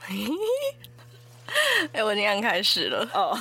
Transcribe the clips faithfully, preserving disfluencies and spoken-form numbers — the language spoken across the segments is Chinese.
哎、欸，我已经按开始了哦。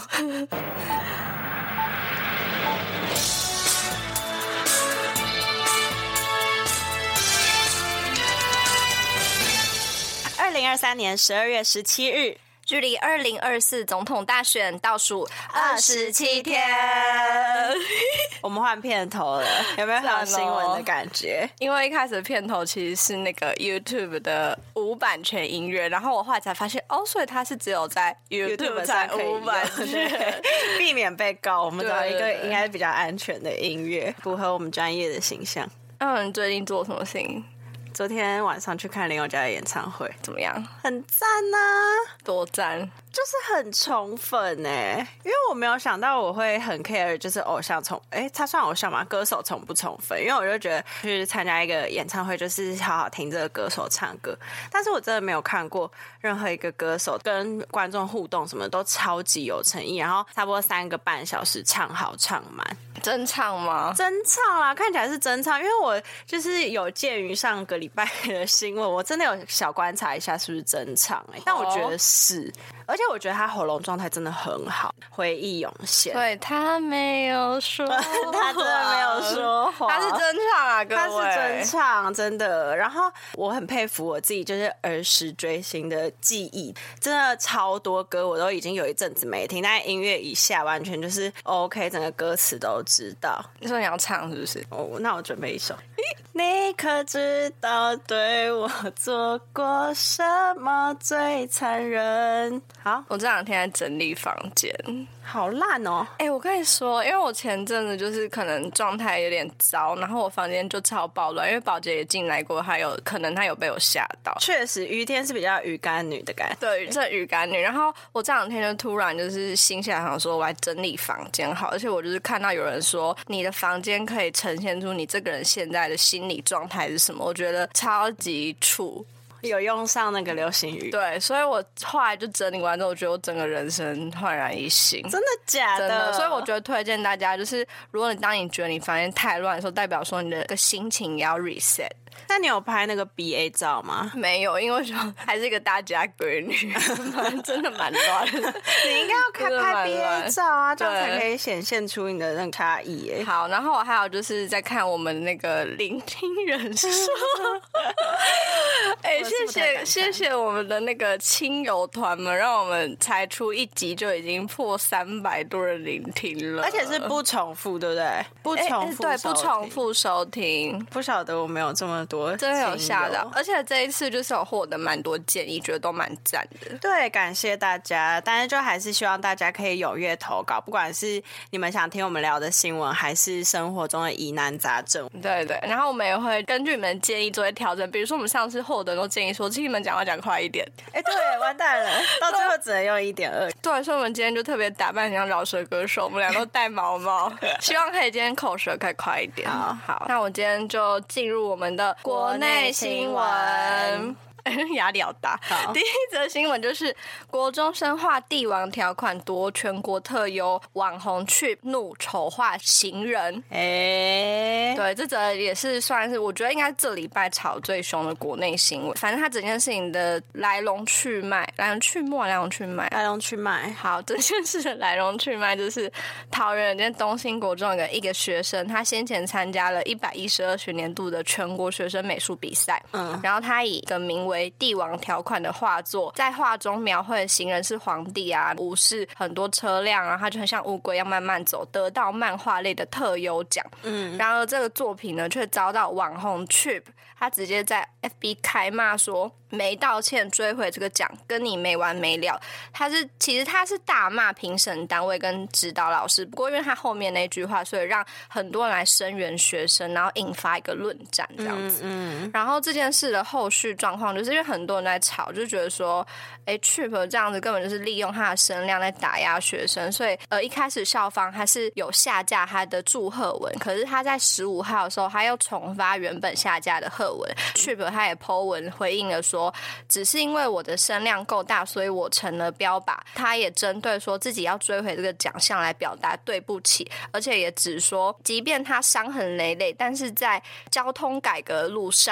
二零二三年十二月十七日， 距离二零二四总统大选倒数二十七天， 我们换片头了，有没有很有新闻的感觉？ 因为一开始的片头其实是那个 YouTube 的无版权音乐，然后我后来才发现，哦，所以它是只有在 YouTube 才无版权， 避免被告。我们找一个应该比较安全的音乐，符合我们专业的形象。 那你最近做什么事情？ 昨天晚上去看林宥嘉的演唱会， 怎么样？ 很赞啊！ 多赞！ 就是很宠粉哎、欸，因为我没有想到我会很 care， 就是偶像宠，哎、欸，他算偶像吗？歌手宠不宠粉？因为我就觉得去参加一个演唱会，就是好好听这个歌手唱歌。但是我真的没有看过任何一个歌手跟观众互动什么都超级有诚意，然后差不多三个半小时唱好唱满。 真唱吗？ 真唱啦，看起来是真唱，因为我就是有鉴于上个礼拜的新闻，我真的有小观察一下是不是真唱哎、欸，但我觉得是，而且我觉得他喉咙状态真的很好，回忆涌现。 对，他没有说他真的没有说谎， 他是真唱啊，各位， 他是真唱，真的。然后我很佩服我自己，就是儿时追星的记忆，真的超多歌我都已经有一阵子没听，但音乐一下完全就是 OK， 整个歌词都知道。 你说你要唱是不是？ 哦，那我准备一首。你可知道对我做过什么最残忍？好， 我这两天在整理房间， 好烂哦！ 哎、欸，我跟你说，因为我前阵子就是可能状态有点糟，然后我房间就超暴乱，因为宝姐也进来过，她有可能她有被我吓到。 确实，于天是比较鱼干女的感觉， 对，这鱼干女。然后我这两天就突然就是心血来潮说，我来整理房间好，而且我就是看到有人说，你的房间可以呈现出你这个人现在的心理状态是什么，我觉得超级触。 有用上那个流行语， 对，所以我后来就整理完之后，我觉得我整个人生焕然一新。 真的假的？ 真的，所以我觉得推荐大家，就是如果你当你觉得你房间太乱的时候，代表说你的心情也要 reset。 那你有拍那个 B A 照吗？ 没有，因为就还是一个大家闺女，真的蛮乱的。 你应该要开拍 B A 照啊，这样才可以显现出你的那个差异耶。 好，然后我还有就是在看我们那个聆听人数。哎、欸，谢谢谢谢我们的那个亲友团们，让我们才出一集就已经破三百多人聆听了， 而且是不重复，对不对？不重复、 欸，对，不重复收听。 不晓得我们有这么多， 真的有吓到，而且这一次就是有获得蛮多建议，觉得都蛮赞的。 对，感谢大家，但是就还是希望大家可以踊跃投稿，不管是你们想听我们聊的新闻，还是生活中的疑难杂症。 对对，然后我们也会根据你们的建议做一些调整，比如说我们上次获得都建议说，请你们讲话讲快一点。 哎，对，完蛋了，到最后只能用一点二。 对，所以我们今天就特别打扮像饶舌歌手，我们俩都戴毛毛，希望可以今天口舌可以快一点。 好， 好，那我今天就进入我们的国内新闻。压力好大。第一则新闻就是国中生化帝王条款夺全国特优，网红去怒丑化行人。 哎、欸， 对，这则也是算是我觉得应该这礼拜吵最凶的国内新闻。反正他整件事情的来龙去脉，来龙去脉，来龙去脉， 来龙去脉。 好，这件事的来龙去脉就是桃园今东兴国中的一个学生，他先前参加了一百一十二学年度的全国学生美术比赛，嗯，然后他以一个名为帝王条款的画作，在画中描绘的行人是皇帝啊，武士很多车辆啊，他就很像乌龟一样慢慢走，得到漫画类的特优奖。嗯，然而这个作品呢，却遭到网红 Chip， 他直接在 F B 开骂说，没道歉追回这个奖，跟你没完没了。他是其实他是大骂评审单位跟指导老师，不过因为他后面那句话，所以让很多人来声援学生，然后引发一个论战这样子。嗯嗯，然后这件事的后续状况，就是因为很多人在吵，就觉得说，哎 ，Chip 这样子根本就是利用他的声量在打压学生，所以呃一开始校方还是有下架他的祝贺文，可是他在十五号的时候，他又重发原本下架的贺文。Chip 他也 po 文回应了说，只是因为我的声量够大，所以我成了标靶。他也针对说自己要追回这个奖项来表达对不起，而且也只说，即便他伤痕累累，但是在交通改革的路上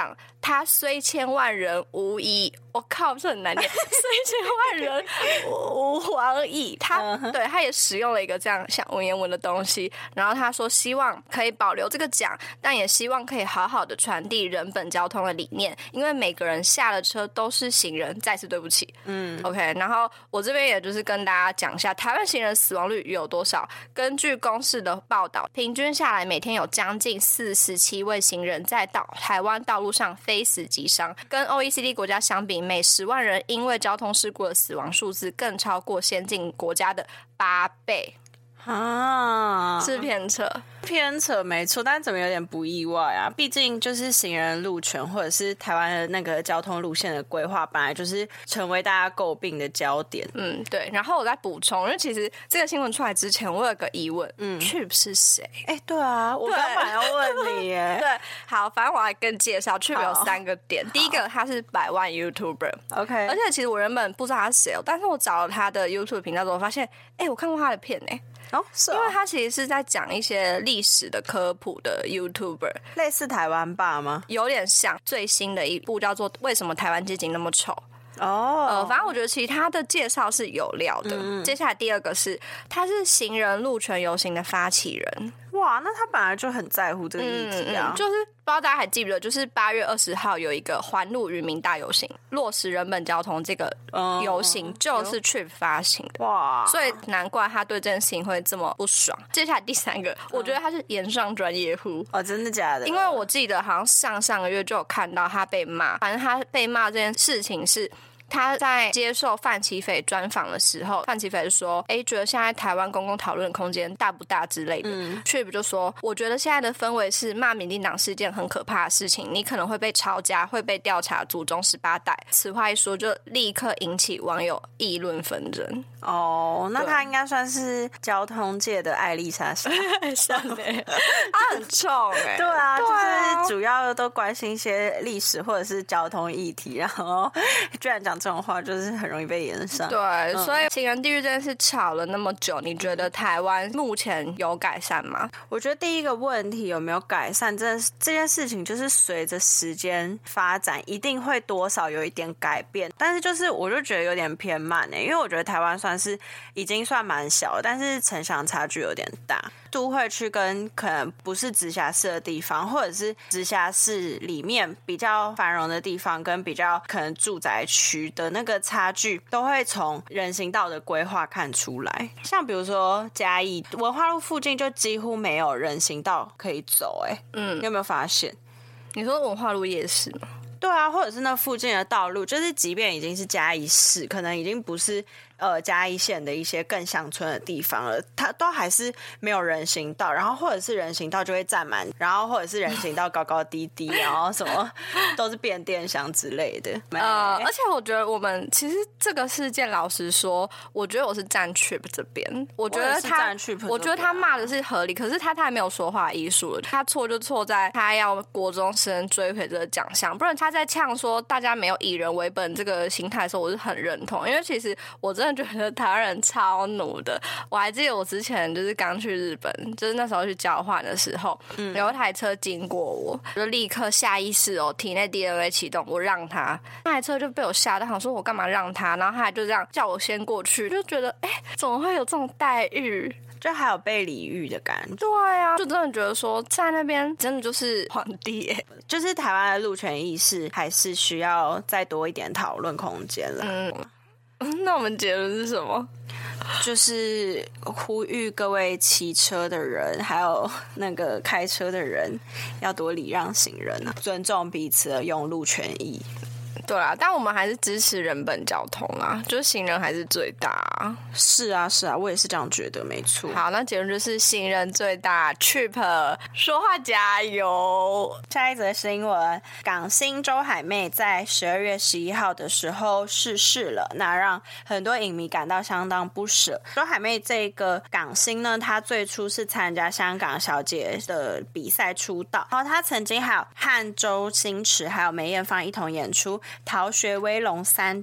他虽千万人无一，我靠，这很难念。虽千万人无往矣，他对他也使用了一个这样像文言文的东西。然后他说，希望可以保留这个奖，但也希望可以好好的传递人本交通的理念，因为每个人下了车都是行人。再次对不起，嗯 ，OK。然后我这边也就是跟大家讲一下，台湾行人死亡率有多少？根据公视的报道，平均下来每天有将近四十七位行人在道台湾道路上非死即伤，跟 O E C D 国家相比，每十万人因为交通事故的死亡数字更超过先进国家的八倍。 啊， 是偏扯， 偏扯没错，但怎么有点不意外啊？毕竟就是行人路权或者是台湾的那个交通路线的规划，本来就是成为大家诟病的焦点。 嗯，对。然后我再补充，因为其实这个新闻出来之前，我有个疑问，嗯 ，Trip 是谁？ 哎、欸，对啊，我刚本来要问你耶。 对，好，反正我来跟介绍 Trip 有三个点。第一个，他是百万 YouTuber，OK， 而且其实我原本不知道他是谁，但是我找了他的 YouTube 频道之后，发现，哎、欸，我看过他的片哎。 哦，是哦， 因为他其实是在讲一些历史的科普的 YouTuber， 类似台湾爸吗？ 有点像。最新的一部叫做《为什么台湾街景那么丑》。 哦、oh. 呃，反正我觉得其实他的介绍是有料的。嗯、接下来第二个是，他是行人路权游行的发起人。 哇，那他本来就很在乎这个议题啊。 嗯嗯、就是不知道大家还记不记得，就是八月二十号有一个环路渔民大游行，落实人本交通这个游行就是 Trip 发行的。哇，所以难怪他对这件事情会这么不爽。接下来第三个，我觉得他是炎上专业户。 哦，真的假的？ 因为我记得好像上上个月就有看到他被骂，反正他被骂这件事情是。他在接受范琪斐专访的时候，范琪斐说：“哎，觉得现在台湾公共讨论空间大不大之类的。嗯” Trip 就说：“我觉得现在的氛围是骂民进党是件很可怕的事情，你可能会被抄家，会被调查祖宗十八代。”此话一说，就立刻引起网友议论纷争。 哦，那他应该算是交通界的艾丽莎莎， 像的，他很冲哎、欸。 对啊，对啊，就是主要都关心一些历史或者是交通议题，然后居然讲这种话，就是很容易被延上。 对，嗯、所以行人地狱这件事吵了那么久，你觉得台湾目前有改善吗？ 我觉得第一个问题有没有改善，这这件事情就是随着时间发展，一定会多少有一点改变，但是就是我就觉得有点偏慢哎、欸，因为我觉得台湾算是已经算蛮小，但是城乡差距有点大。都会区跟可能不是直辖市的地方，或者是直辖市里面比较繁荣的地方，跟比较可能住宅区的那个差距，都会从人行道的规划看出来。像比如说嘉义文化路附近就几乎没有人行道可以走、欸，哎，嗯，你有没有发现？ 你说文化路夜市吗？ 对啊，或者是那附近的道路，就是即便已经是嘉义市，可能已经不是呃嘉义县的一些更乡村的地方了，它都还是没有人行道，然后或者是人行道就会占满，然后或者是人行道高高低低，然后什么都是变电箱之类的。 呃，而且我觉得我们其实这个事件，老实说，我觉得我是站 Trip 这边，我觉得他，我觉得他骂的是合理，可是他太没有说话艺术了，他错就错在他要国中生追回这个奖项，不然他在呛说大家没有以人为本这个心态的时候，我是很认同，因为其实我真的觉得台湾人超奴的。我还记得我之前就是刚去日本，就是那时候去交换的时候，嗯、有一台车经过我，我就立刻下意识哦，体内 D N A 启动，我让他，那台车就被我吓到，想说我干嘛让他，然后他就这样叫我先过去，就觉得哎，怎么会有这种待遇？ 就还有被礼遇的感觉。 对啊，就真的觉得说在那边真的就是皇帝耶， 就是台湾的路权意识还是需要再多一点讨论空间了。 嗯，那我们结论是什么？ 就是呼吁各位骑车的人还有那个开车的人要多礼让行人啊，尊重彼此的用路权益。 对啊，但我们还是支持人本交通啊，就是行人还是最大啊。 是啊是啊，我也是这样觉得，没错。 好，那结论就是行人最大 Trip 说话加油。 下一则新闻，港星周海媚在十二月十一号的时候逝世了，那让很多影迷感到相当不舍。周海媚这个港星呢，她最初是参加香港小姐的比赛出道，然后她曾经还有和周星驰还有梅艳芳一同演出逃学威龙三之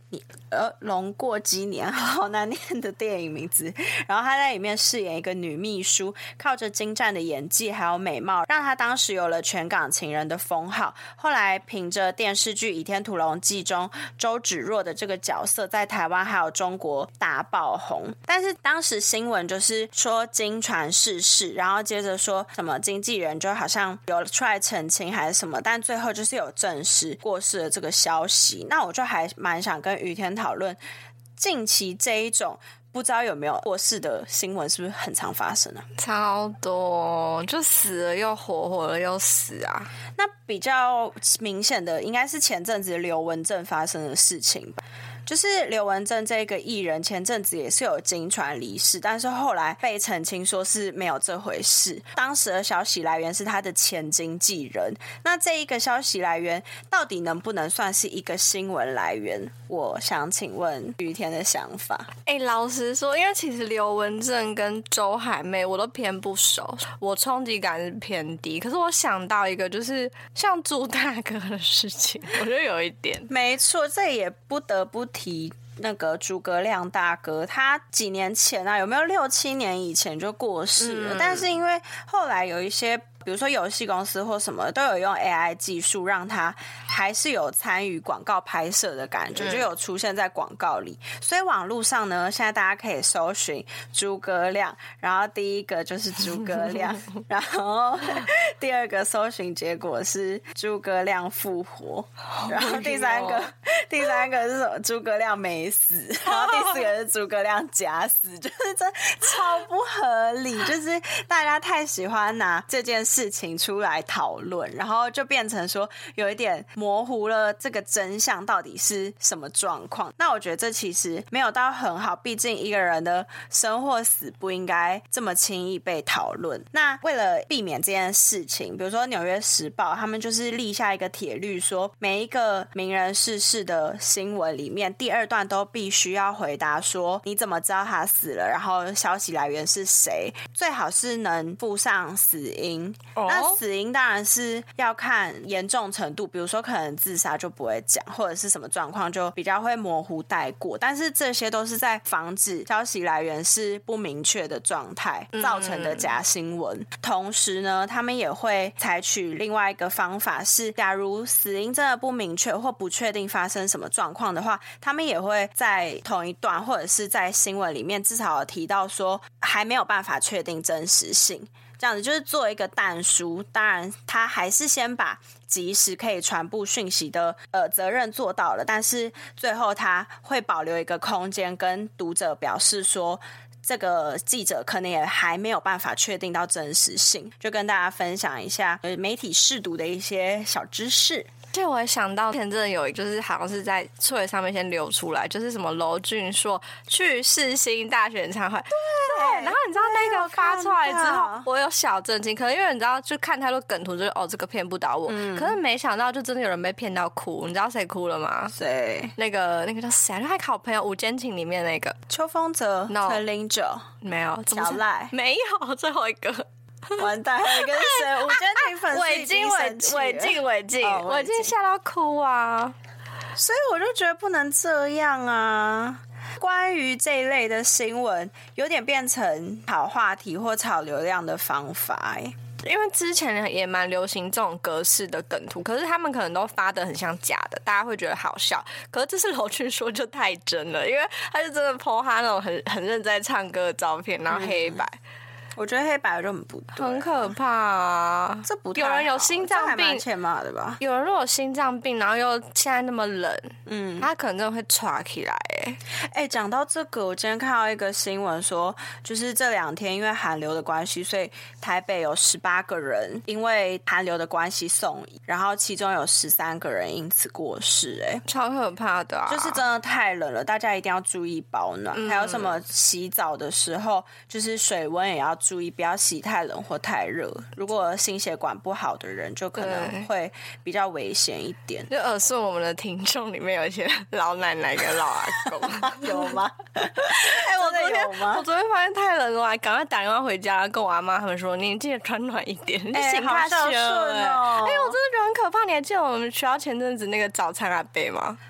你呃龙过鸡年，好难念的电影名字。然后他在里面饰演一个女秘书，靠着精湛的演技还有美貌，让他当时有了全港情人的封号。后来凭着电视剧《倚天屠龙记》中周芷若的这个角色，在台湾还有中国大爆红。但是当时新闻就是说经传逝世，然后接着说什么经纪人就好像有出来澄清还是什么，但最后就是有证实过世的这个消息。那我就还蛮想跟于天讨论，近期这一种不知道有没有过世的新闻是不是很常发生啊？ 超多，就死了又活，活了又死啊。 那比较明显的应该是前阵子刘文正发生的事情吧。就是刘文正这个艺人前阵子也是有经传离世，但是后来被澄清说是没有这回事。当时的消息来源是他的前经纪人，那这一个消息来源到底能不能算是一个新闻来源？我想请问于天的想法。 哎、欸，老实说，因为其实刘文正跟周海媚我都偏不熟，我冲击感是偏低。可是我想到一个，就是像朱大哥的事情，我觉得有一点。 没错，这也不得不提那个诸葛亮大哥，他几年前啊，有没有六七年以前就过世了？嗯、但是因为后来有一些，比如说游戏公司或什么都有用 A I 技术，让他还是有参与广告拍摄的感觉，嗯、就有出现在广告里。所以网络上呢，现在大家可以搜寻诸葛亮，然后第一个就是诸葛亮，然后第二个搜寻结果是诸葛亮复活，然后第三个、哦、第三个是什么？诸葛亮没死，然后第四个是诸葛亮假死，就是这超不合理，就是大家太喜欢拿这件事事情出来讨论，然后就变成说有一点模糊了这个真相到底是什么状况。那我觉得这其实没有到很好，毕竟一个人的生或死不应该这么轻易被讨论。那为了避免这件事情，比如说纽约时报他们就是立下一个铁律，说每一个名人逝世的新闻里面第二段都必须要回答说你怎么知道他死了，然后消息来源是谁，最好是能附上死因。那死因当然是要看严重程度，比如说可能自杀就不会讲，或者是什么状况就比较会模糊带过，但是这些都是在防止消息来源是不明确的状态造成的假新闻。嗯、同时呢，他们也会采取另外一个方法是，假如死因真的不明确或不确定发生什么状况的话，他们也会在同一段或者是在新闻里面至少有提到说还没有办法确定真实性，这样子就是做一个但书。当然他还是先把及时可以传播讯息的呃责任做到了，但是最后他会保留一个空间跟读者表示说这个记者可能也还没有办法确定到真实性，就跟大家分享一下媒体识读的一些小知识。 对，我也想到前阵有一就是好像是在社会上面先流出来，就是什么娄俊硕去世新大学演唱会，对，然后你知道那个发出来之后，我有小震惊，可能因为你知道就看太多梗图，就是哦这个骗不倒我，嗯、可是没想到就真的有人被骗到哭。你知道谁哭了吗？ 谁？那个那个叫谁？就还好朋友《无间情》里面那个邱锋泽、陈零九， 没有， 小赖没有，最后一个。 完蛋，还有一个是谁？我觉得你粉丝韦静，韦韦静，韦静，韦静吓到哭啊！ 所以我就觉得不能这样啊。关于这一类的新闻，有点变成炒话题或炒流量的方法、欸。 因为之前也蛮流行这种格式的梗图，可是他们可能都发得很像假的，大家会觉得好笑。可是这次娄俊说就太真了，因为他就真的 po 他那种很很认真在唱歌的照片，然后黑白。嗯， 我觉得黑白就很不对， 很可怕啊！ 这不太好， 有人有心脏病， 蛮欠骂的吧？ 有人如果有心脏病，然后又现在那么冷，嗯，他可能真的会喘起来。哎， 哎，讲到这个，我今天看到一个新闻说，就是这两天因为寒流的关系，所以台北有十八个人因为寒流的关系送医，然后其中有十三个人因此过世。哎， 超可怕的啊！ 就是真的太冷了，大家一定要注意保暖。嗯、还有什么洗澡的时候，就是水温也要注意，不要洗太冷或太热。如果心血管不好的人，就可能会比较危险一点。 就耳顺我们的听众里面有一些老奶奶跟老阿公， 有吗？ 哎、欸，我昨天我昨天发现太冷了，我还赶快打电话回家，跟我阿妈他们说：“你记得穿暖一点。” 哎、欸，好孝顺哦！ 哎、欸，我真的觉得很可怕。你还记得我们学校前阵子那个早餐阿伯吗？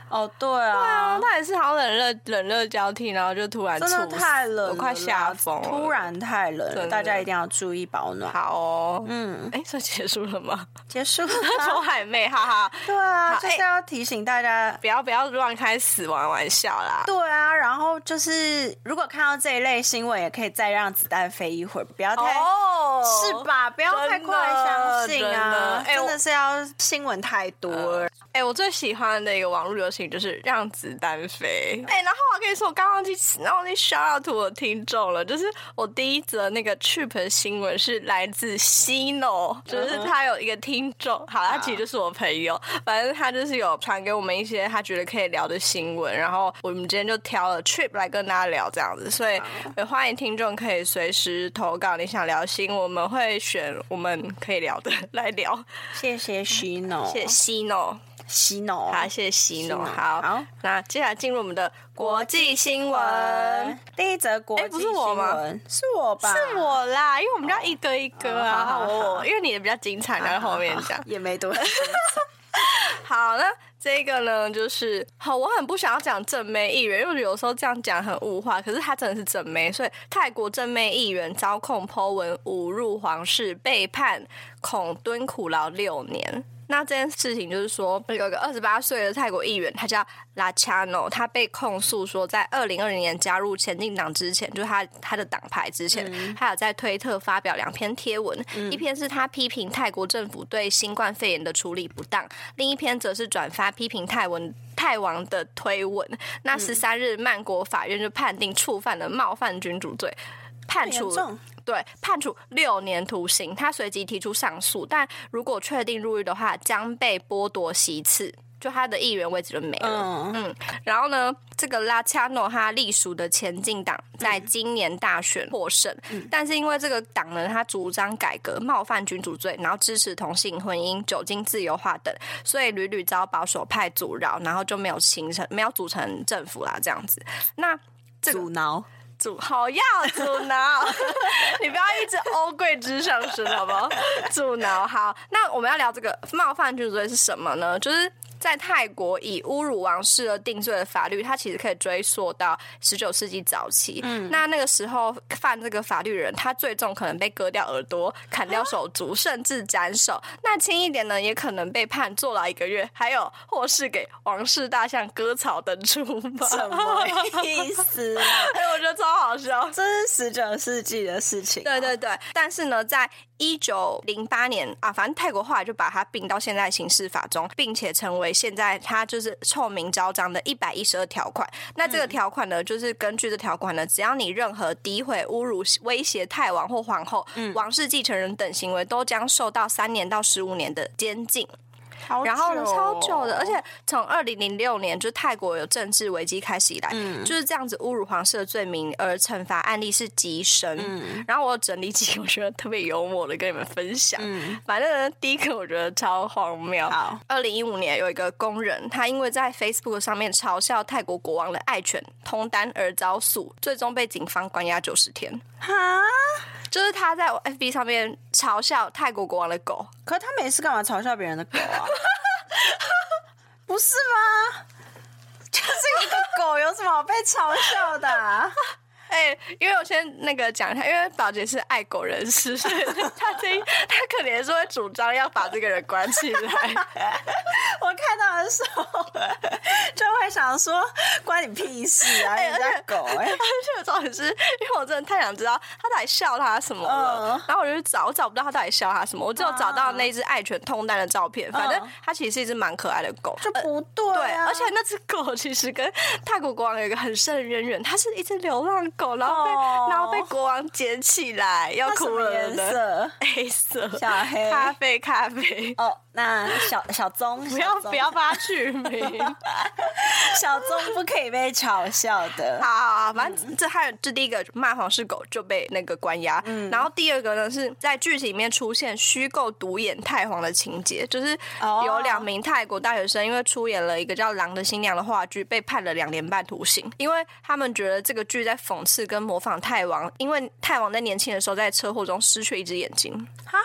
哦，对啊， 对啊，他也是好像冷热冷热交替，然后就突然真的太冷了， 我快吓疯了， 突然太冷了，大家一定要注意保暖。 好哦，嗯，哎，这结束了吗？ 结束了， 说还没，哈哈。 对啊，就是要提醒大家不要不要乱开死亡玩笑啦。 对啊，然后就是如果看到这一类新闻，也可以再让子弹飞一会儿，不要太、哦、是吧？不要太快相信啊！真 的, 真的是要新闻太多了。 哎、欸，我最喜欢的一个网络流行就是让子弹飞。哎、欸，然后我跟你说，我刚忘记忘记 shout out to 我听众了，就是我第一则那个 Trip 的新闻是来自 Sino， 就是他有一个听众，好，他其实就是我朋友，反正他就是有传给我们一些他觉得可以聊的新闻，然后我们今天就挑了 Trip 来跟大家聊这样子，所以也欢迎听众可以随时投稿你想聊新闻，我们会选我们可以聊的来聊。 谢谢 Sino， 谢谢 Sino。 西诺， 好，谢谢西诺。好，好，那接下来进入我们的国际新闻。 第一则国际新闻、欸、不是我吗？是我吧？ 是我啦，因为我们要一个一个啊。好好好好，因为你的比较精彩，然后后面讲也没多。 好，那这个呢，就是好，我很不想要讲正妹议员，因为有时候这样讲很物化，可是他真的是正妹，所以泰国正妹议员遭控 po 文侮辱皇室，被判恐蹲苦牢六年。那这件事情就是说，有一个二十八岁的泰国议员，他叫拉恰诺，他被控诉说，在二零二零年加入前进党之前，就是他他的党派之前，嗯、他有在推特发表两篇贴文，嗯、一篇是他批评泰国政府对新冠肺炎的处理不当，另一篇则是转发批评泰文泰王的推文。那十三日，曼国法院就判定触犯了冒犯君主罪，判处。对，判处六年徒刑。他随即提出上诉，但如果确定入狱的话，将被剥夺席次，就他的议员位置就没了。嗯, 嗯然后呢，这个拉恰诺他隶属的前进党在今年大选获胜，嗯、但是因为这个党呢，他主张改革、冒犯君主罪，然后支持同性婚姻、酒精自由化等，所以屡屡遭保守派阻扰，然后就没有形成、没有组成政府啦，这样子。那这个阻挠。 阻好要阻挠，你不要一直欧贵之上升，好不好？阻挠好，那我们要聊这个冒犯君主罪是什么呢？就是在泰国以侮辱王室而定罪的法律，它其实可以追溯到十九世纪早期。嗯，那那个时候犯这个法律人，他最重可能被割掉耳朵、砍掉手足，甚至斩首。那轻一点呢，也可能被判坐牢一个月，还有或是给王室大象割草等处罚。 什么意思啊？ 哎，我觉得超好笑， 这是十九世纪的事情、啊。 对对对，但是呢，在一九零八年啊，反正泰国后来就把它并到现在刑事法中，并且成为现在它就是臭名昭彰的一百一十二条款。那这个条款呢，就是根据这条款呢，只要你任何诋毁、侮辱、威胁泰王或皇后、嗯、王室继承人等行为，都将受到三年到十五年的监禁。然后呢，超久的，而且从二零零六年就泰国有政治危机开始以来，嗯、就是这样子侮辱皇室的罪名，而惩罚案例是极深。嗯、然后我整理几个我觉得特别幽默的跟你们分享。嗯、反正呢，第一个我觉得超荒谬。二零一五年有一个工人，他因为在 Facebook 上面嘲笑泰国国王的爱犬通丹而遭诉，最终被警方关押九十天。 哈？ 就是他在 F B 上面嘲笑泰国国王的狗， 可是他没事干嘛嘲笑别人的狗啊？不是吗？就是一个狗有什么好被嘲笑的、啊？ 哎、欸，因为我先那个讲一下，因为宝洁是爱狗人士，所以他这他可能是会主张要把这个人关起来。 我看到的时候就会想说，关你屁事啊！人家狗哎、欸， 而且重点是因为我真的太想知道他到底笑他什么了，嗯、然后我就去找，我找不到他到底笑他什么，我只有找到那只爱犬通丹的照片。反正它其实是一只蛮可爱的狗， 就不对、啊， 对，而且那只狗其实跟泰国国王有一个很深的渊源，它是一只流浪狗。然后被、oh. 然后被国王捡起来，要哭了。 颜色？ 黑色、 小黑、 咖啡、咖啡。 哦， oh, 那小小棕不要不要把它取名， 小棕不可以被嘲笑的。 好好好，反正这还有这第一个骂皇室狗就被那个关押，嗯、然后第二个呢是在剧情里面出现虚构独演太皇的情节，就是有两名泰国大学生因为出演了一个叫《狼的新娘》的话剧，被判了两年半徒刑，因为他们觉得这个剧在讽刺跟模仿泰王，因为泰王在年轻的时候在车祸中失去一只眼睛。 哈，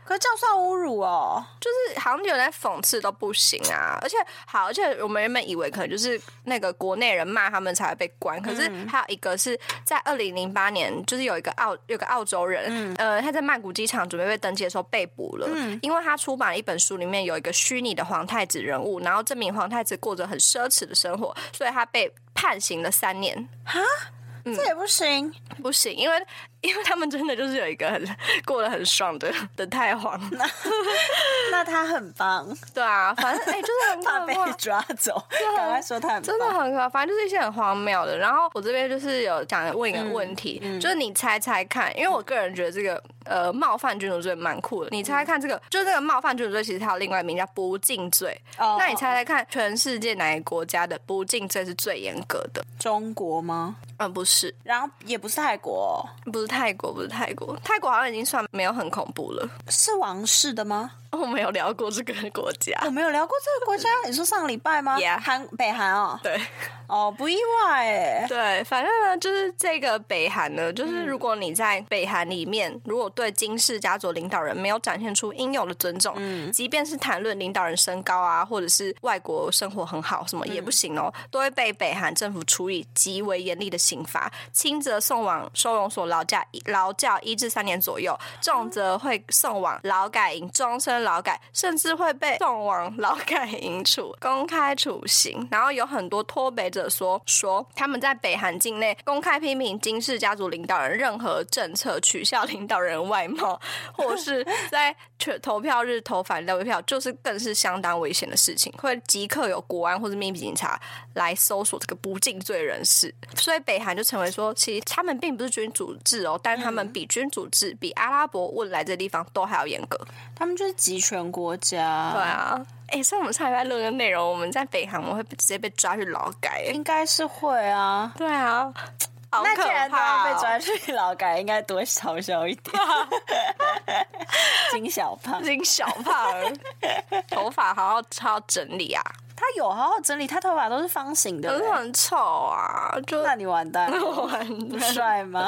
可是这样算侮辱哦， 就是好像有人在讽刺都不行啊。而且好，而且我们原本以为可能就是那个国内人骂他们才会被关，可是还有一个是在二零零八年，就是有一个澳有个澳洲人，嗯、呃，他在曼谷机场准备被登机的时候被捕了，嗯、因为他出版了一本书，里面有一个虚拟的皇太子人物，然后证明皇太子过着很奢侈的生活，所以他被判刑了三年。 哈？这也不行， 嗯、不行，因为因为他们真的就是有一个很过得很爽的的太皇， 那, 那他很棒， 对啊，反正哎、欸，就是很怕被抓走，赶快说他很棒， 真的很可怕，反正就是一些很荒谬的。然后我这边就是有讲问一个问题，嗯嗯、就是你猜猜看，因为我个人觉得这个呃冒犯君主罪蛮酷的，你猜猜看这个、嗯、就是这个冒犯君主罪，其实它有另外一名叫不敬罪。哦，那你猜猜看，全世界哪个国家的不敬罪是最严格的？ 中国吗？ 嗯，不是， 然后也不是泰国、哦， 不是泰国，不是泰国，泰国好像已经算没有很恐怖了。 是王室的吗？ 我们有聊过这个国家， 我们有聊过这个国家。你说上礼拜吗？ Yeah. 韩北韩哦， 对， 哦，不意外哎。 对，反正呢，就是这个北韩呢，就是如果你在北韩里面，嗯、如果对金氏家族领导人没有展现出应有的尊重，嗯，即便是谈论领导人身高啊，或者是外国生活很好什么也不行哦，嗯、都会被北韩政府处以极为严厉的刑罚，轻则送往收容所劳教劳教一至三年左右，重则会送往劳改营终身劳改，甚至会被送往劳改营处公开处刑。然后有很多脱北者说说他们在北韩境内公开批评金氏家族领导人任何政策，取笑领导人外貌，或是在投票日投反对票，就是更是相当危险的事情，会即刻有国安或是秘密警察来搜索这个不敬罪人士。所以北韩就成为说，其实他们并不是君主制哦，但他们比君主制、比阿拉伯汶莱这地方都还要严格。 他们就是集权国家。 对啊，哎、欸，所以我们上礼拜录的内容，我们在北韩我们会直接被抓去劳改， 应该是会啊。 对啊。 好可怕哦，那既然都要被抓去劳改，应该多嘲笑一点。金小胖， 金小胖，头发好好好好整理啊！ 他有好好整理，他头发都是方形的， 可是很臭啊！就那你完蛋了， 完蛋， 不帅吗？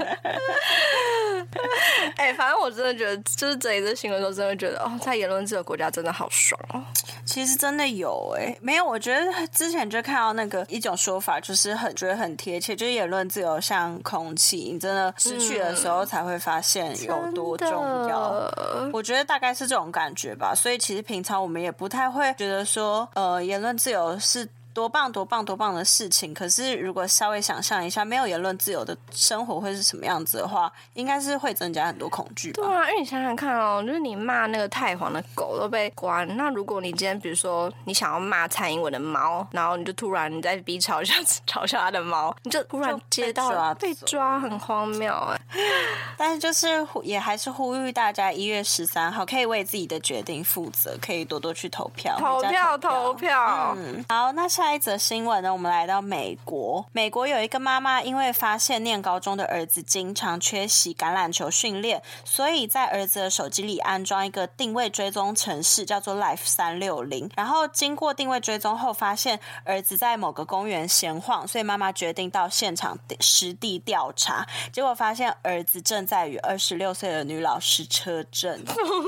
哎、欸，反正我真的觉得，就是这一次新闻的时候，真的觉得哦，在言论自由国家真的好爽哦。 其实真的有哎、欸，没有，我觉得之前就看到那个一种说法，就是很觉得很贴切，就是言论自由像空气，你真的失去的时候才会发现有多重要。嗯、我觉得大概是这种感觉吧。所以其实平常我们也不太会觉得说，呃，言论自由是多棒多棒多棒的事情，可是如果稍微想象一下没有言论自由的生活会是什么样子的话，应该是会增加很多恐惧吧。 对啊，因为你想想看哦，就是你骂那个太皇的狗都被关，那如果你今天比如说你想要骂蔡英文的猫，然后你就突然你在 B 嘲笑嘲笑他的猫，你就突然接到被 抓, 被抓很荒谬哎。 但是就是也还是呼吁大家一月十三号可以为自己的决定负责，可以多多去投票投票投票。 嗯，好，那下下一则新闻呢，我们来到美国。美国有一个妈妈因为发现念高中的儿子经常缺席橄榄球训练，所以在儿子的手机里安装一个定位追踪程式，叫做 Life 三六零。然后经过定位追踪后，发现儿子在某个公园闲晃，所以妈妈决定到现场实地调查。结果发现儿子正在与二十六岁的女老师车震。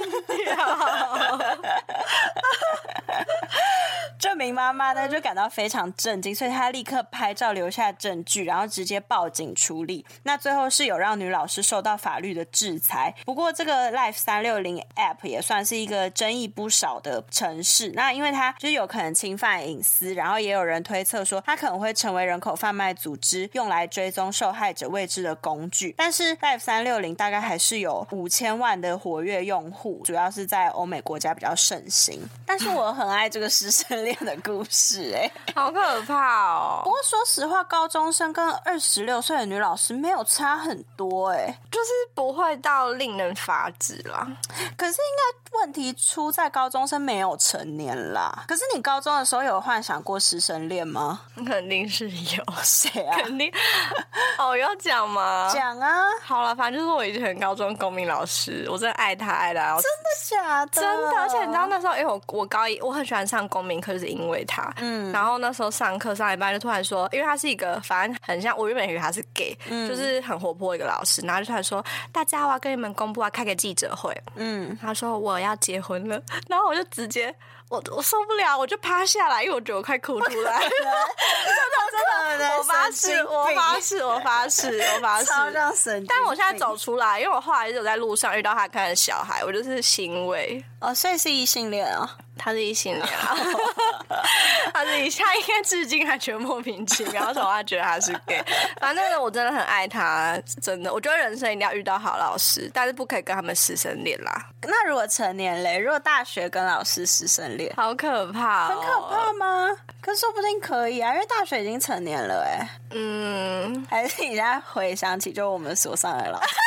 这名妈妈呢就感到非常震惊，所以她立刻拍照留下证据，然后直接报警处理。那最后是有让女老师受到法律的制裁。不过这个 Life 三六零 App 也算是一个争议不少的程式，那因为它就是有可能侵犯隐私，然后也有人推测说它可能会成为人口贩卖组织用来追踪受害者位置的工具。但是 Life 三六零大概还是有五千万的活跃用户，主要是在欧美国家比较盛行。但是我很爱这个师生恋的故事、欸、 好可怕哦。 不过说实话，高中生跟二十六岁的女老师没有差很多、欸、 就是不会到令人发指啦。 可是应该问题出在高中生没有成年啦。可是你高中的时候有幻想过师生恋吗？ 肯定是有。 谁啊？ 肯定。哦，要讲吗？ 讲啊。 好了，反正就是我以前高中公民老师，我真的爱他爱的要死。 真的假的？ 真的，而且你知道那时候，因为我我高一我很喜欢上公民课，就是因为他。嗯，然后那时候上课上一半就突然说，因为他是一个反正很像我原本以为他是 gay，、嗯、就是很活泼一个老师，然后就突然说大家我要跟你们公布啊，开个记者会。嗯，他说我要结婚了，然后我就直接。我我受不了，我就趴下来，因为我觉得我快哭出来。真的真的，我发誓，我发誓，我发誓，我发誓。 超像神经病。 但我现在走出来，因为我后来就在路上遇到他看的小孩，我就是欣慰。 哦，所以是异性恋啊、哦？ 他是异性恋啊，他是异，他应该至今还觉得莫名其妙，为什么他觉得他是 gay？ 反正呢，我真的很爱他，真的，我觉得人生一定要遇到好老师，但是不可以跟他们师生恋啦。 那如果成年嘞，如果大学跟老师师生恋， 好可怕、哦， 很可怕吗？可是说不定可以啊，因为大学已经成年了哎。嗯，还是你现在回想起就我们所上的老师。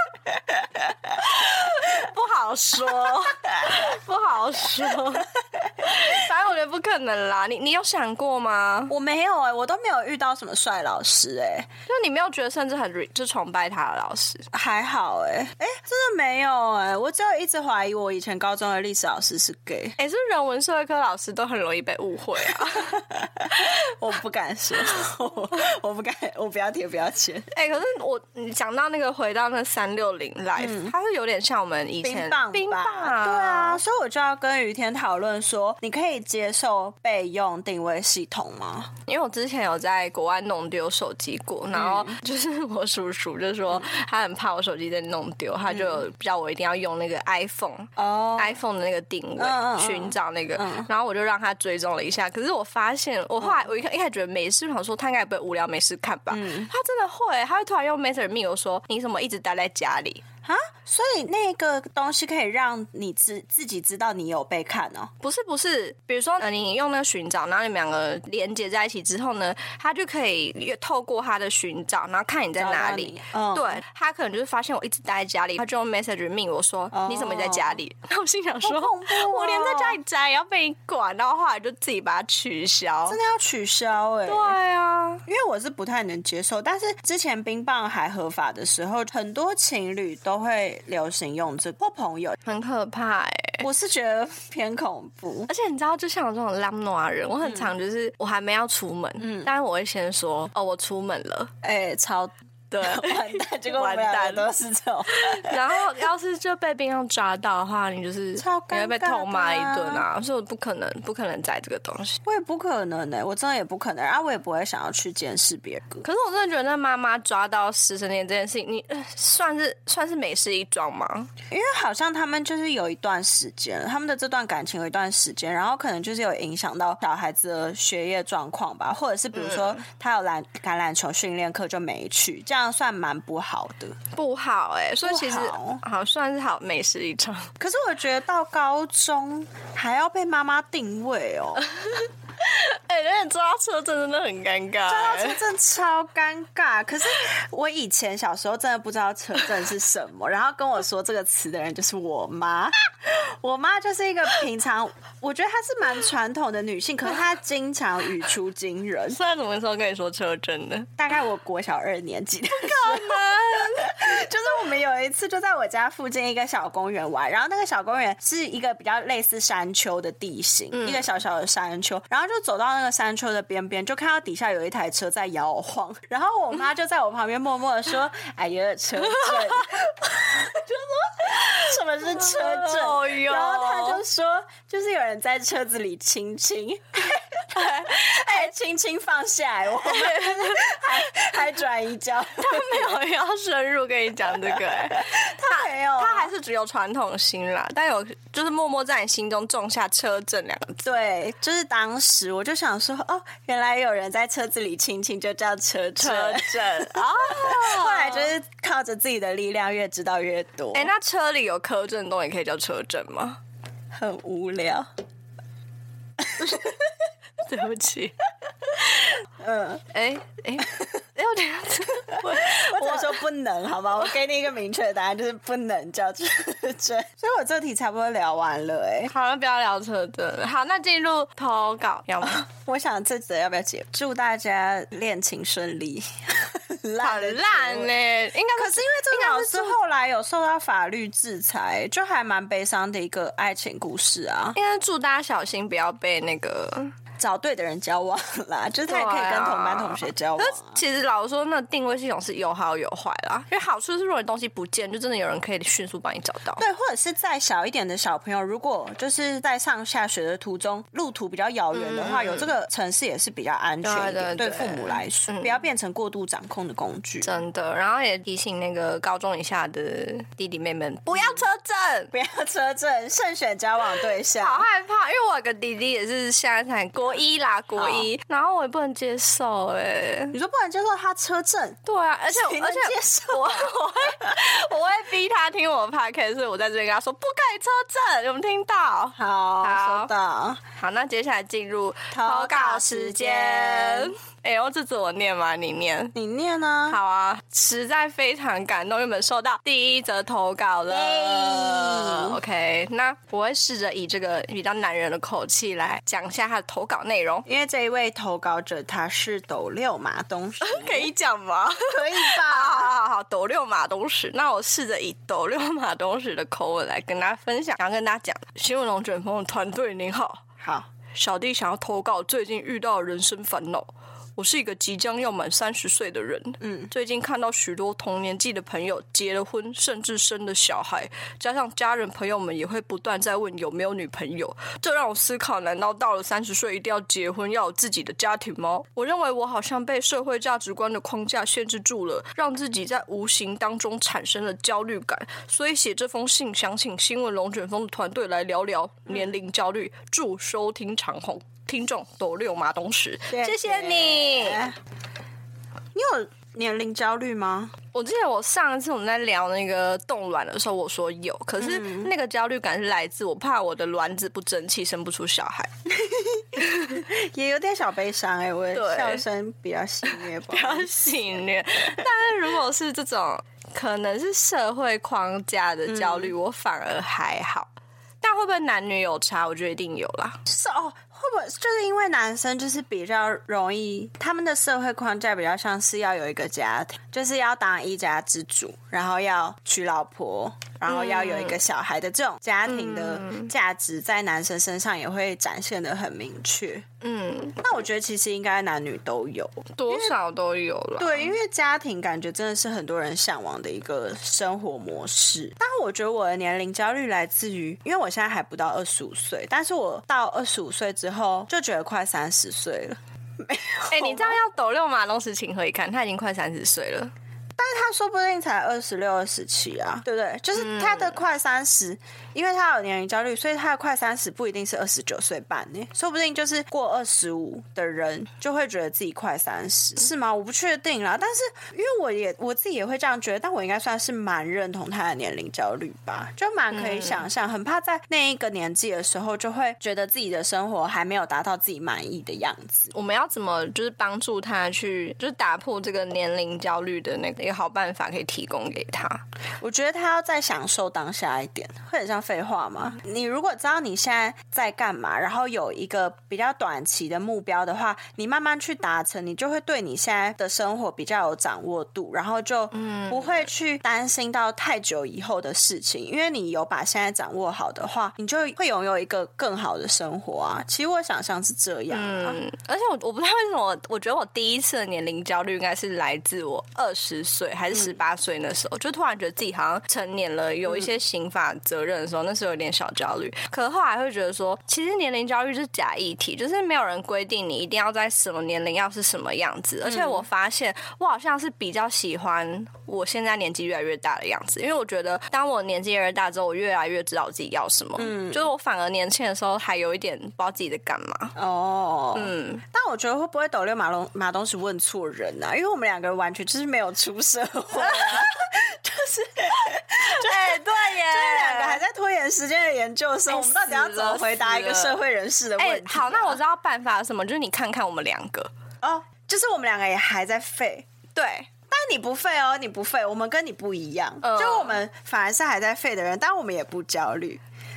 不好说，不好说。反正我觉得不可能啦。你你有想过吗？ 我没有哎、欸，我都没有遇到什么帅老师哎、欸， 就你没有觉得甚至很就崇拜他的老师？ 还好哎、欸，哎、欸，真的没有哎、欸，我只有一直怀疑我以前高中的历史老师是 gay。 哎、欸，是人文社会科老师都很容易被误会啊。 我不敢说，我, 我不敢，我不要贴标签。 哎、欸，可是我你讲到那个回到那三六零 life，、嗯、它是有点像我们以前冰棒冰棒， 对啊，所以我就要跟于天讨论说，你可以接受备用定位系统吗？ 因为我之前有在国外弄丢手机过，然后就是我叔叔就说他很怕我手机在弄丢，他就叫我一定要用那个 iPhone 哦、嗯、，iPhone 的那个定位寻、嗯嗯、找那个、嗯，然后我就让他追踪了一下。可是我发现，我后来我一开一开始觉得没事，我想说他应该不会无聊没事看吧，嗯、他真的会，他会突然用 Messenger 密我说你怎么一直待在家里。 啊，所以那个东西可以让你自自己知道你有被看哦？ 不是不是，比如说呃，你用那个寻找，然后你们两个连接在一起之后呢，他就可以透过他的寻找，然后看你在哪里。嗯、对，他可能就是发现我一直待在家里，他就用 message 命我说、哦、你怎么在家里？然后我心想说， 好恐怖哦、 我连在家里宅也要被你管，然后后来就自己把它取消， 真的要取消哎、欸？ 对啊， 因为我是不太能接受，但是之前冰棒还合法的时候，很多情侣都会流行用这或朋友， 很可怕哎、欸， 我是觉得偏恐怖。 而且你知道，就像我这种懒惰人，我很常就是我还没要出门，嗯，但是我会先说哦，我出门了， 哎、欸，超。对，完蛋！结果我们俩都是这种。 然后要是就被冰棒抓到的话，你就是超尴尬的、啊， 你会被痛骂一顿啊！所以我不可能，不可能载这个东西。 我也不可能呢、欸，我真的也不可能，然后我也不会想要去监视别人。 可是我真的觉得，那妈妈抓到师生恋这件事情，你算是算是美事一桩吗？ 因为好像他们就是有一段时间，他们的这段感情有一段时间，然后可能就是有影响到小孩子的学业状况吧，或者是比如说他有篮橄榄球训练课就没去，这样算蛮不好的， 不好哎、欸，所以其实 好, 好算是好美事一场。 可是我觉得到高中还要被妈妈定位哦。 哎、欸，那你抓到车震真的很尴尬、欸， 抓到车震超尴尬。可是我以前小时候真的不知道车震是什么，然后跟我说这个词的人就是我妈。我妈就是一个平常，我觉得她是蛮传统的女性，可是她经常语出惊人。 现在什么时候跟你说车震呢？ 大概我国小二年级的时候。不可能！ 就是我们有一次就在我家附近一个小公园玩，然后那个小公园是一个比较类似山丘的地形，嗯、一个小小的山丘，然后就走到那个山丘的边边，就看到底下有一台车在摇晃，然后我妈就在我旁边默默的说：“哎呀，车震。”就说什么是车震？ 哦、 然后他就说，就是有人在车子里亲亲，哎，轻轻放下来，我们还还转移焦， 他没有要深入跟你讲这个、欸， 他没有、啊， 他还是只有传统心啦，但有就是默默在你心中种下车震两个字。 对，就是当时我就想说，哦，原来有人在车子里亲亲，就叫车震。 车震哦， 后来就是靠着自己的力量，越知道越多。 哎、欸，那车里有柯震东也可以叫车震吗？ 很无聊。 对不起。嗯，哎哎哎，我等一下，我我只说不能，好吧？我给你一个明确的答案，就是不能叫车震。所以我这题差不多聊完了、欸，哎， 好了，不要聊车震了。好，那进入投稿要吗？ 我想这则要不要解？祝大家恋情顺利。 很烂很烂呢、欸。应该可是因为这个老师后来有受到法律制裁，就还蛮悲伤的一个爱情故事啊。 应该祝大家小心，不要被那个。 找对的人交往啦，就是他也可以跟同班同学交往、啊。 其实老实说，那定位系统是有好有坏啦。因为好处是，如果你东西不见，就真的有人可以迅速帮你找到。 对，或者是再小一点的小朋友，如果就是在上下学的途中，路途比较遥远的话，嗯、有这个城市也是比较安全一点，对, 对, 对, 对父母来说、嗯，不要变成过度掌控的工具。 真的，然后也提醒那个高中以下的弟弟妹们，不要车震， 嗯、不要车震，慎选交往对象。 好害怕，因为我有个弟弟也是现在才国一啦，国一。然后我也不能接受哎、欸， 你说不能接受他车震？ 对啊，而且而且我我会我会逼他听我的 podcast， 所以我在这边跟他说不可以车震，有没有听到？ 好，好收到。 好，那接下来进入投稿时间。 哎呦，这次我念吗？你念， 你念啊。 好啊，实在非常感动，原本收到第一则投稿了。OK， 那我会试着以这个比较男人的口气来讲一下他的投稿内容， 因为这一位投稿者他是斗六马东石， 可以讲吗？ 可以吧？ 好好好好，斗六马东石。那我试着以斗六马东石的口吻来跟大家分享，想要跟大家讲，新闻龙卷风的团队您好， 好， 小弟想要投稿最近遇到的人生烦恼。我是一个即将要满三十岁的人，嗯，最近看到许多同年纪的朋友结了婚，甚至生了小孩，加上家人朋友们也会不断在问有没有女朋友，这让我思考：难道到了三十岁一定要结婚，要有自己的家庭吗？我认为我好像被社会价值观的框架限制住了，让自己在无形当中产生了焦虑感，所以写这封信想请新闻龙卷风的团队来聊聊年龄焦虑。祝收听长虹。听众斗六马东石，谢谢你。 你有年龄焦虑吗？ 我记得我上一次我们在聊那个冻卵的时候，我说有，可是那个焦虑感是来自我怕我的卵子不争气，生不出小孩， 也有点小悲伤哎、欸。我的笑声比较戏谑， 比较戏谑。但是如果是这种可能是社会框架的焦虑，嗯、我反而还好。但会不会男女有差？我觉得一定有啦。 是哦。会不会就是因为男生就是比较容易，他们的社会框架比较像是要有一个家庭，就是要当一家之主，然后要娶老婆，然后要有一个小孩的这种家庭的价值，在男生身上也会展现得很明确。嗯，那我觉得其实应该男女都有， 多少都有了。 对，因为家庭感觉真的是很多人向往的一个生活模式。但我觉得我的年龄焦虑来自于，因为我现在还不到二十五岁，但是我到二十五岁之后就觉得快三十岁了。 哎、欸，你这样要斗六马东石情何以堪？他已经快三十岁了。 但是他说不定才二十六、二十七啊，对不对？就是他的快三十、嗯，因为他有年龄焦虑，所以他的快三十不一定是二十九岁半呢，说不定就是过二十五的人就会觉得自己快三十，是吗？我不确定啦。但是因为我也我自己也会这样觉得，但我应该算是蛮认同他的年龄焦虑吧，就蛮可以想象，很怕在那一个年纪的时候，就会觉得自己的生活还没有达到自己满意的样子。 我们要怎么就是帮助他去，就是打破这个年龄焦虑的那个一个好办法可以提供给他？ 我觉得他要再享受当下一点，会很像废话吗？你如果知道你现在在干嘛，然后有一个比较短期的目标的话，你慢慢去达成，你就会对你现在的生活比较有掌握度，然后就不会去担心到太久以后的事情，因为你有把现在掌握好的话，你就会拥有一个更好的生活啊。其实我想象是这样啊， 嗯，而且我我不知道为什么，我觉得我第一次的年龄焦虑应该是来自我二十岁还是十八岁那时候，就突然觉得自己好像成年了，有一些刑法责任的时候，那时候有点小焦虑。可是后来会觉得说，其实年龄焦虑是假议题，就是没有人规定你一定要在什么年龄要是什么样子。而且我发现我好像是比较喜欢我现在年纪越来越大的样子，因为我觉得当我年纪越来越大之后，我越来越知道我自己要什么。嗯，就是我反而年轻的时候还有一点不知道自己在干嘛。 哦，嗯，但我觉得会不会斗六马东马东石问错人啊？因为我们两个人完全就是没有出社会、啊，就是对对耶， 就是两个还在拖延时间的研究生、欸，我们到底要怎么回答一个社会人士的问题、啊欸？ 好，那我知道办法是什么，就是你看看我们两个哦，就是我们两个也还在废， 对。 但你不废哦，你不废，我们跟你不一样、嗯，就我们反而是还在废的人，但我们也不焦虑。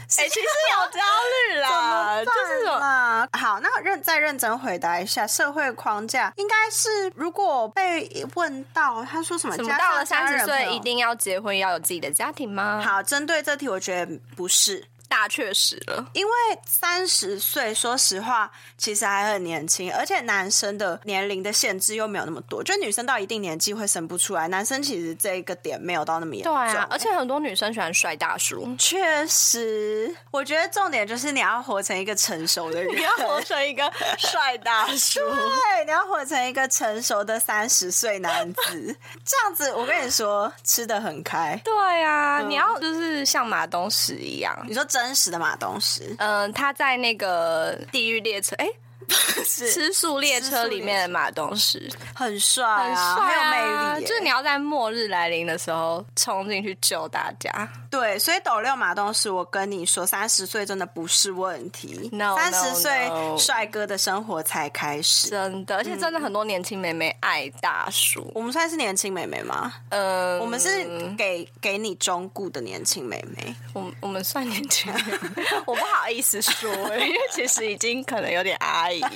哎、欸，其实有焦虑啦，就是嘛。好，那认再认真回答一下，社会框架应该是，如果被问到他说什么， 什么到了三十岁一定要结婚，要有自己的家庭吗？ 好，针对这题，我觉得不是。 大确实了， 因为三十岁，说实话，其实还很年轻，而且男生的年龄的限制又没有那么多，就女生到一定年纪会生不出来，男生其实这个点没有到那么严重。 对啊，而且很多女生喜欢帅大叔。 确实，我觉得重点就是你要活成一个成熟的人， 你要活成一个帅大叔， 对，你要活成一个成熟的三十岁男子，这样子，我跟你说，吃得很开。 对啊，嗯、你要就是像马东石一样， 你说真实的马东石， 嗯、呃，他在那个地狱列车，哎、欸。吃素列车里面的马东石很帅啊，很帅、啊，很有魅力。 就是你要在末日来临的时候冲进去救大家。 对，所以斗六马东石，我跟你说，三十岁真的不是问题。三十岁帅哥的生活才开始， 真的，而且真的很多年轻妹妹爱大叔。 嗯、我们算是年轻妹妹吗？嗯，我们是给给你忠顾的年轻妹妹。 我我们算年轻妹妹，我不好意思说，因为其实已经可能有点阿姨。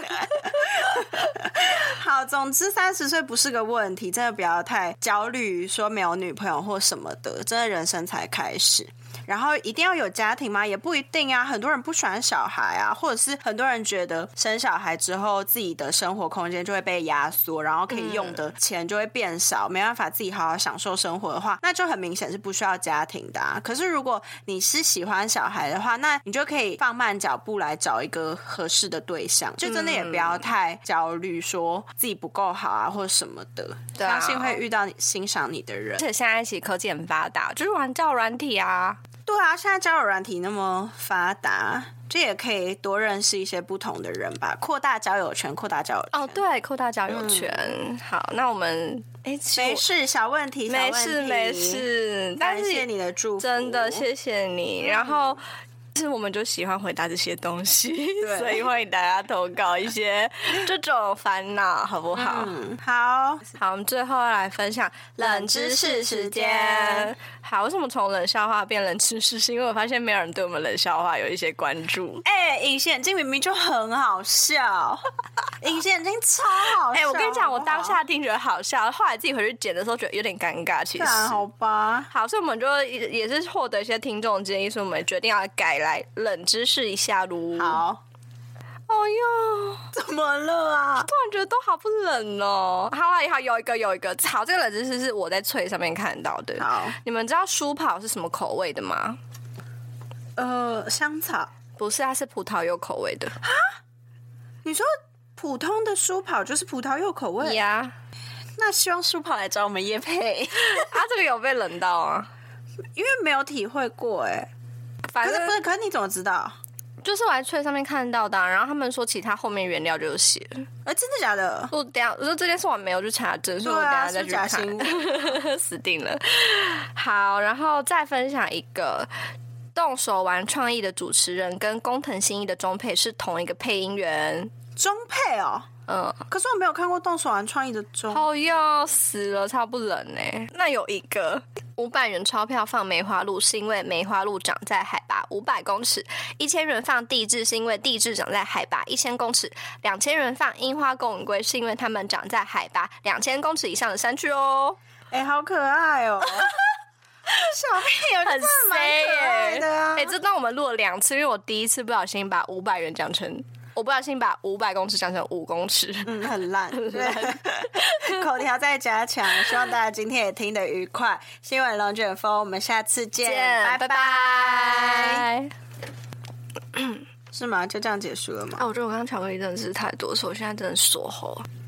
好，总之三十岁不是个问题，真的不要太焦虑，说没有女朋友或什么的，真的人生才开始。然后一定要有家庭吗？也不一定啊。很多人不喜欢小孩啊，或者是很多人觉得生小孩之后自己的生活空间就会被压缩，然后可以用的钱就会变少，嗯、没办法自己好好享受生活的话，那就很明显是不需要家庭的啊。可是如果你是喜欢小孩的话，那你就可以放慢脚步来找一个合适的对象，就真的也不要太焦虑说自己不够好啊或者什么的， 对啊、 相信会遇到你欣赏你的人。 而且现在其实科技很发达，就是玩交友软体啊。 对啊，现在交友软体那么发达，这也可以多认识一些不同的人吧，扩大交友圈，扩大交友圈。 哦，对，扩大交友圈。嗯、好，那我们哎， 没事，小问题，小问题没事没事。 但是感谢你的祝福， 真的谢谢你。然后。是我们就喜欢回答这些东西，所以欢迎大家投稿一些这种烦恼，好不好？ 嗯，好好，我们最后来分享冷知识时间。好，为什么从冷笑话变冷知识？是因为我发现没有人对我们冷笑话有一些关注。 哎、欸，隐形眼镜明明就很好笑，隐形眼镜超好笑。 哎、欸，我跟你讲，我当下听觉得好笑，后来自己回去剪的时候觉得有点尴尬。其实， 好吧， 好，所以我们就也是获得一些听众建议，所以我们决定要改来冷知识一下喽。 好。 哦哟， 怎么了啊？ 突然觉得都好不冷哦。好啊，好，有一个有一个，好，这个冷知识是我在脆上面看到的。 好， 你们知道舒跑是什么口味的吗？ 呃，香草。 不是，它是葡萄柚口味的。 啊？你说普通的舒跑就是葡萄柚口味呀？ Yeah. 那希望舒跑来找我们业配。 啊，这个有被冷到啊？ 因为没有体会过哎、欸。 反正可是不是，可是你怎么知道？ 就是我在脆上面看到的、啊，然后他们说其他后面原料就有写。 哎、欸，真的假的？ 我等下我说这件事我没有去查证，所以我等下再去看。 是死定了。好，然后再分享一个。动手玩创意的主持人跟工藤新一的中配是同一个配音员。 中配哦， 嗯， 可是我没有看过动手玩创意的中。 好要死了，超不冷哎。那有一个五百元钞票放梅花鹿，是因为梅花鹿长在海拔五百公尺；一千元放地质，是因为地质长在海拔一千公尺；两千元放樱花公吻龟，是因为它们长在海拔两千公尺以上的山区哦。 哎、欸，好可爱哦。小屁友很 C 耶的啊！ 哎、欸，这段我们录了两次，因为我第一次不小心把五百元讲成，我不小心把五百公尺讲成五公尺， 嗯，很烂，很烂。口条再加强，希望大家今天也听得愉快。新闻龙卷风，我们下次见， 见拜拜。 是吗？就这样结束了吗？ 啊，我觉得我刚刚巧克力真的是太多，所以我现在真的锁喉。